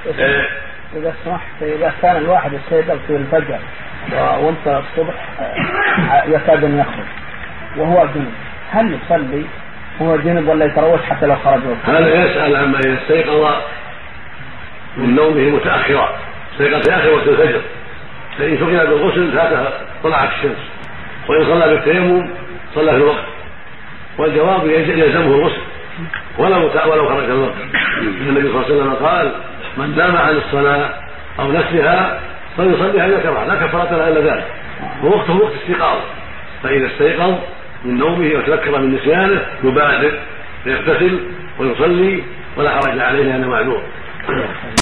إذا سمحت، إذا كان الواحد يستيقظ في الفجر وانت الصبح يكاد أن يخرج وهو جنب، هل يصلي هو جنب ولا يتروش حتى لو خرج وقت؟ هذا يسأل عما إذا استيقظ من نومه متأخرا، استيقظ في آخر وقت الفجر، فإن شغل بالغسل فاتها طلعت الشمس، وإن صلى بالتيمم صلى في الوقت، والجواب يلزمه الغسل ولو خرج الوقت. النبي صلى الله عليه وسلم قال: من نام عن الصلاة أو نسيها فليصليها إذا كره، لا كفارة لها إلا ذلك، ووقته وقت استيقاظ. فإذا استيقظ من نومه وتذكر من نسيانه يبادر فيغتسل ويصلي ولا حرج عليه لأنه معذور.